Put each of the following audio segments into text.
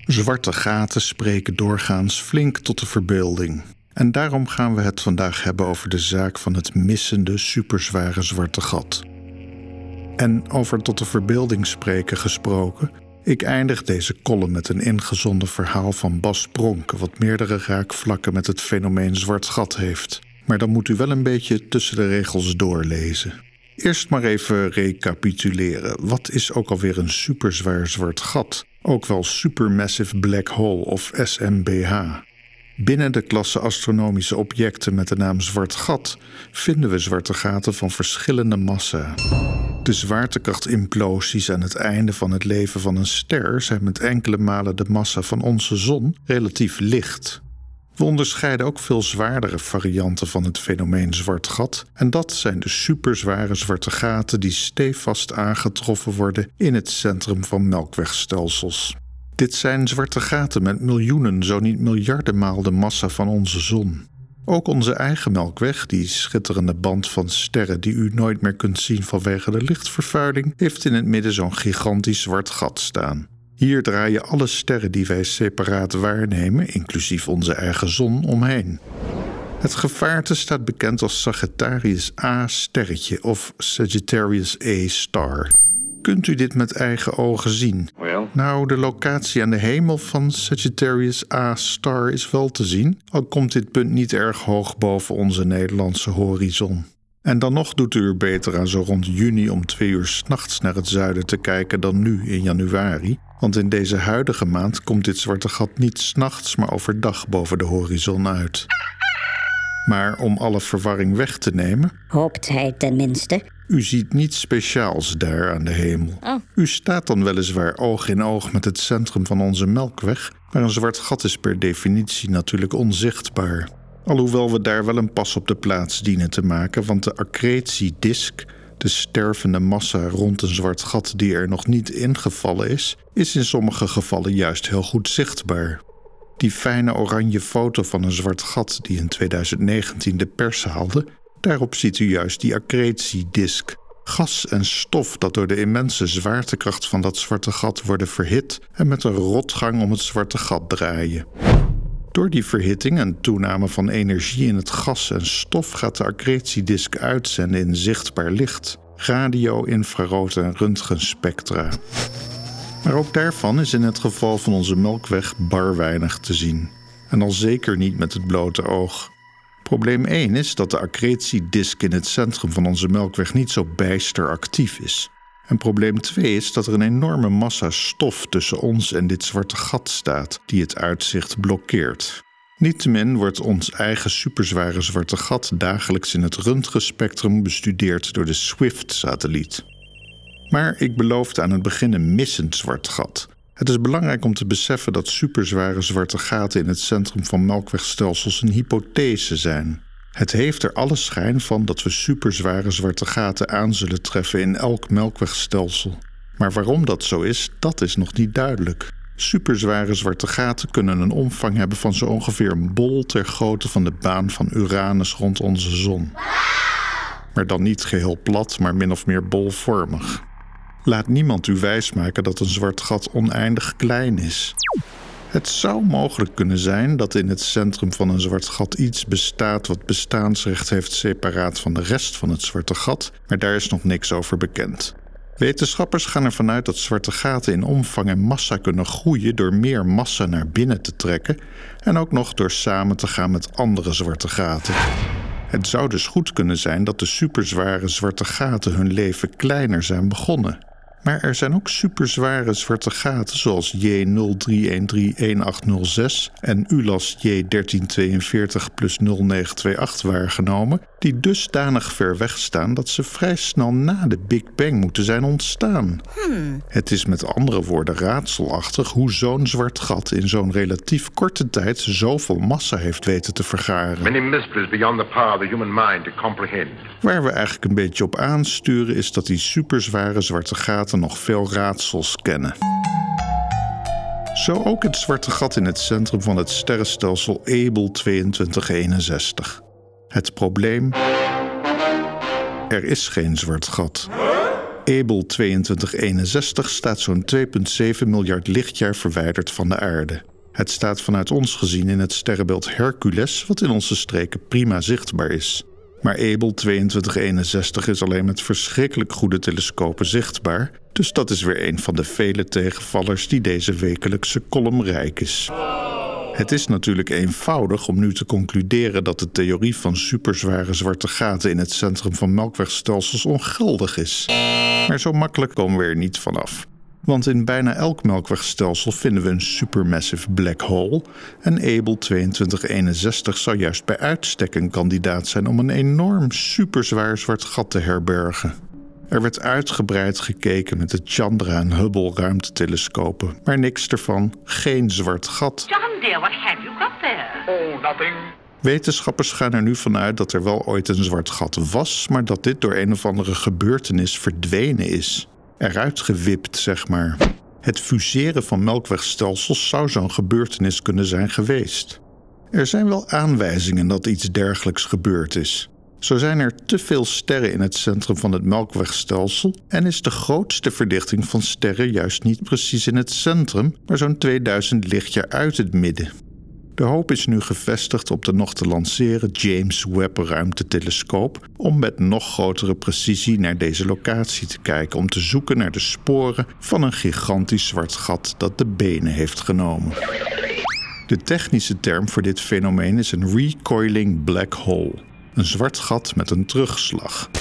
Zwarte gaten spreken doorgaans flink tot de verbeelding. En daarom gaan we het vandaag hebben over de zaak van het missende superzware zwarte gat. En over tot de verbeelding spreken gesproken, ik eindig deze column met een ingezonden verhaal van Bas Pronk, wat meerdere raakvlakken met het fenomeen zwart gat heeft. Maar dan moet u wel een beetje tussen de regels doorlezen. Eerst maar even recapituleren. Wat is ook alweer een superzwaar zwart gat? Ook wel Supermassive Black Hole of SMBH. Binnen de klasse astronomische objecten met de naam zwart gat vinden we zwarte gaten van verschillende massa. De zwaartekrachtimplosies aan het einde van het leven van een ster zijn met enkele malen de massa van onze zon relatief licht. We onderscheiden ook veel zwaardere varianten van het fenomeen zwart gat, en dat zijn de superzware zwarte gaten die stevast aangetroffen worden in het centrum van melkwegstelsels. Dit zijn zwarte gaten met miljoenen, zo niet miljarden maal de massa van onze zon. Ook onze eigen melkweg, die schitterende band van sterren die u nooit meer kunt zien vanwege de lichtvervuiling, heeft in het midden zo'n gigantisch zwart gat staan. Hier draaien alle sterren die wij separaat waarnemen, inclusief onze eigen zon, omheen. Het gevaarte staat bekend als Sagittarius A-sterretje of Sagittarius A-star. Kunt u dit met eigen ogen zien? Nou, de locatie aan de hemel van Sagittarius A-star is wel te zien, al komt dit punt niet erg hoog boven onze Nederlandse horizon. En dan nog doet u er beter aan zo rond juni om 2 uur 's nachts naar het zuiden te kijken dan nu in januari, want in deze huidige maand komt dit zwarte gat niet 's nachts, maar overdag boven de horizon uit. Maar om alle verwarring weg te nemen, hoopt hij tenminste, u ziet niets speciaals daar aan de hemel. Oh. U staat dan weliswaar oog in oog met het centrum van onze melkweg, maar een zwart gat is per definitie natuurlijk onzichtbaar. Alhoewel we daar wel een pas op de plaats dienen te maken, want de accretiedisk, de stervende massa rond een zwart gat die er nog niet ingevallen is in sommige gevallen juist heel goed zichtbaar. Die fijne oranje foto van een zwart gat die in 2019 de pers haalde, daarop ziet u juist die accretiedisk. Gas en stof dat door de immense zwaartekracht van dat zwarte gat worden verhit en met een rotgang om het zwarte gat draaien. Door die verhitting en toename van energie in het gas en stof gaat de accretiedisk uitzenden in zichtbaar licht, radio, infrarood en röntgenspectra. Maar ook daarvan is in het geval van onze melkweg bar weinig te zien. En al zeker niet met het blote oog. Probleem 1 is dat de accretiedisk in het centrum van onze melkweg niet zo bijster actief is. En probleem 2 is dat er een enorme massa stof tussen ons en dit zwarte gat staat, die het uitzicht blokkeert. Niettemin wordt ons eigen superzware zwarte gat dagelijks in het röntgenspectrum bestudeerd door de SWIFT-satelliet. Maar ik beloofde aan het begin een missend zwart gat. Het is belangrijk om te beseffen dat superzware zwarte gaten in het centrum van melkwegstelsels een hypothese zijn. Het heeft er alle schijn van dat we superzware zwarte gaten aan zullen treffen in elk melkwegstelsel. Maar waarom dat zo is, dat is nog niet duidelijk. Superzware zwarte gaten kunnen een omvang hebben van zo ongeveer een bol ter grootte van de baan van Uranus rond onze zon. Maar dan niet geheel plat, maar min of meer bolvormig. Laat niemand u wijsmaken dat een zwart gat oneindig klein is. Het zou mogelijk kunnen zijn dat in het centrum van een zwart gat iets bestaat wat bestaansrecht heeft separaat van de rest van het zwarte gat, maar daar is nog niks over bekend. Wetenschappers gaan ervan uit dat zwarte gaten in omvang en massa kunnen groeien door meer massa naar binnen te trekken en ook nog door samen te gaan met andere zwarte gaten. Het zou dus goed kunnen zijn dat de superzware zwarte gaten hun leven kleiner zijn begonnen. Maar er zijn ook superzware zwarte gaten zoals J03131806 en ULAS J1342+0928 waargenomen, die dusdanig ver weg staan dat ze vrij snel na de Big Bang moeten zijn ontstaan. Het is met andere woorden raadselachtig hoe zo'n zwart gat in zo'n relatief korte tijd zoveel massa heeft weten te vergaren. Many mysteries beyond the power of the human mind to comprehend. Waar we eigenlijk een beetje op aansturen is dat die superzware zwarte gaten nog veel raadsels kennen. Zo ook het zwarte gat in het centrum van het sterrenstelsel Abell 2261. Het probleem? Er is geen zwart gat. Abell 2261 staat zo'n 2,7 miljard lichtjaar verwijderd van de aarde. Het staat vanuit ons gezien in het sterrenbeeld Hercules, wat in onze streken prima zichtbaar is. Maar Abell 2261 is alleen met verschrikkelijk goede telescopen zichtbaar, dus dat is weer een van de vele tegenvallers die deze wekelijkse column rijk is. Het is natuurlijk eenvoudig om nu te concluderen dat de theorie van superzware zwarte gaten in het centrum van melkwegstelsels ongeldig is. Maar zo makkelijk komen we er niet vanaf. Want in bijna elk melkwegstelsel vinden we een supermassive black hole en Abell 2261 zou juist bij uitstek een kandidaat zijn om een enorm superzwaar zwart gat te herbergen. Er werd uitgebreid gekeken met de Chandra en Hubble ruimtetelescopen, maar niks ervan, geen zwart gat. John dear, what have you got there? Oh, nothing. Wetenschappers gaan er nu vanuit dat er wel ooit een zwart gat was, maar dat dit door een of andere gebeurtenis verdwenen is. Eruit gewipt, zeg maar. Het fuseren van melkwegstelsels zou zo'n gebeurtenis kunnen zijn geweest. Er zijn wel aanwijzingen dat iets dergelijks gebeurd is. Zo zijn er te veel sterren in het centrum van het melkwegstelsel en is de grootste verdichting van sterren juist niet precies in het centrum, maar zo'n 2000 lichtjaar uit het midden. De hoop is nu gevestigd op de nog te lanceren James Webb ruimtetelescoop om met nog grotere precisie naar deze locatie te kijken om te zoeken naar de sporen van een gigantisch zwart gat dat de benen heeft genomen. De technische term voor dit fenomeen is een recoiling black hole, een zwart gat met een terugslag.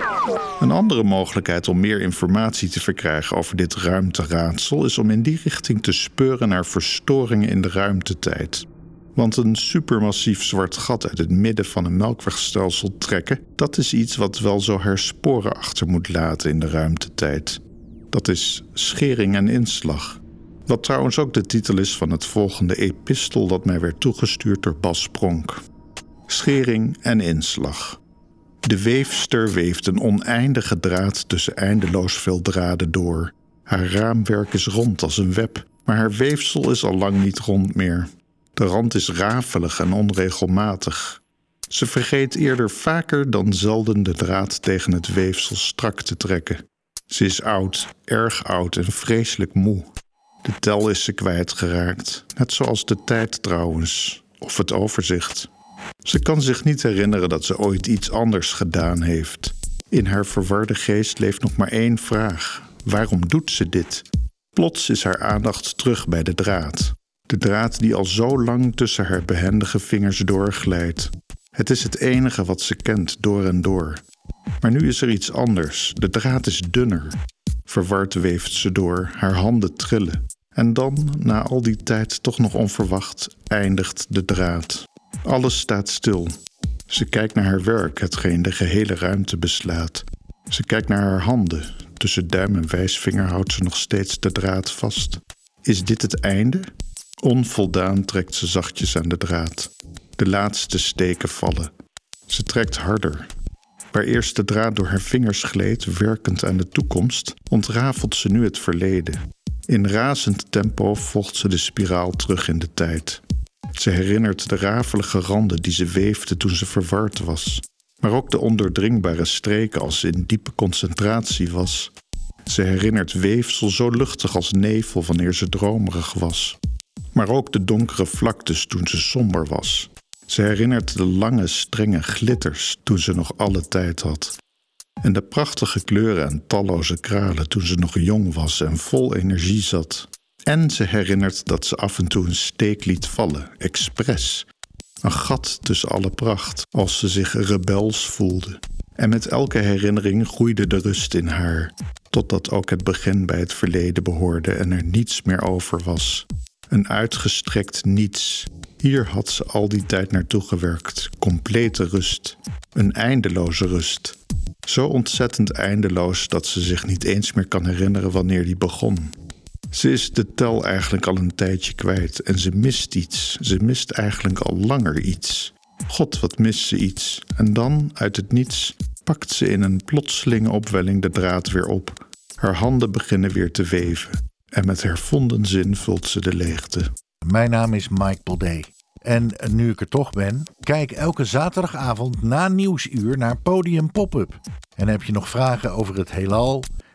Een andere mogelijkheid om meer informatie te verkrijgen over dit ruimteraadsel is om in die richting te speuren naar verstoringen in de ruimtetijd. Want een supermassief zwart gat uit het midden van een melkwegstelsel trekken, dat is iets wat wel zo haar sporen achter moet laten in de ruimtetijd. Dat is schering en inslag. Wat trouwens ook de titel is van het volgende epistel dat mij werd toegestuurd door Bas Pronk. Schering en inslag. De weefster weeft een oneindige draad tussen eindeloos veel draden door. Haar raamwerk is rond als een web, maar haar weefsel is al lang niet rond meer. De rand is rafelig en onregelmatig. Ze vergeet eerder vaker dan zelden de draad tegen het weefsel strak te trekken. Ze is oud, erg oud en vreselijk moe. De tel is ze kwijtgeraakt, net zoals de tijd trouwens, of het overzicht. Ze kan zich niet herinneren dat ze ooit iets anders gedaan heeft. In haar verwarde geest leeft nog maar één vraag. Waarom doet ze dit? Plots is haar aandacht terug bij de draad. De draad die al zo lang tussen haar behendige vingers doorglijdt. Het is het enige wat ze kent door en door. Maar nu is er iets anders. De draad is dunner. Verward weeft ze door, haar handen trillen. En dan, na al die tijd toch nog onverwacht, eindigt de draad. Alles staat stil. Ze kijkt naar haar werk, hetgeen de gehele ruimte beslaat. Ze kijkt naar haar handen. Tussen duim en wijsvinger houdt ze nog steeds de draad vast. Is dit het einde? Onvoldaan trekt ze zachtjes aan de draad. De laatste steken vallen. Ze trekt harder. Waar eerst de draad door haar vingers gleed, werkend aan de toekomst, ontrafelt ze nu het verleden. In razend tempo volgt ze de spiraal terug in de tijd. Ze herinnert de rafelige randen die ze weefde toen ze verward was, maar ook de ondoordringbare streken als ze in diepe concentratie was. Ze herinnert weefsel zo luchtig als nevel wanneer ze dromerig was, maar ook de donkere vlaktes toen ze somber was. Ze herinnert de lange, strenge glitters toen ze nog alle tijd had. En de prachtige kleuren en talloze kralen toen ze nog jong was en vol energie zat. En ze herinnert dat ze af en toe een steek liet vallen, expres. Een gat tussen alle pracht, als ze zich rebels voelde. En met elke herinnering groeide de rust in haar, totdat ook het begin bij het verleden behoorde en er niets meer over was. Een uitgestrekt niets. Hier had ze al die tijd naartoe gewerkt, complete rust. Een eindeloze rust. Zo ontzettend eindeloos dat ze zich niet eens meer kan herinneren wanneer die begon. Ze is de tel eigenlijk al een tijdje kwijt en ze mist iets. Ze mist eigenlijk al langer iets. God, wat mist ze iets. En dan, uit het niets, pakt ze in een plotselinge opwelling de draad weer op. Haar handen beginnen weer te weven. En met hervonden zin vult ze de leegte. Mijn naam is Mike Baudet. En nu ik er toch ben, kijk elke zaterdagavond na Nieuwsuur naar Podium Pop-up. En heb je nog vragen over het heelal,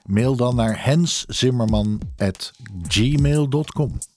Mail dan naar henszimmerman@gmail.com.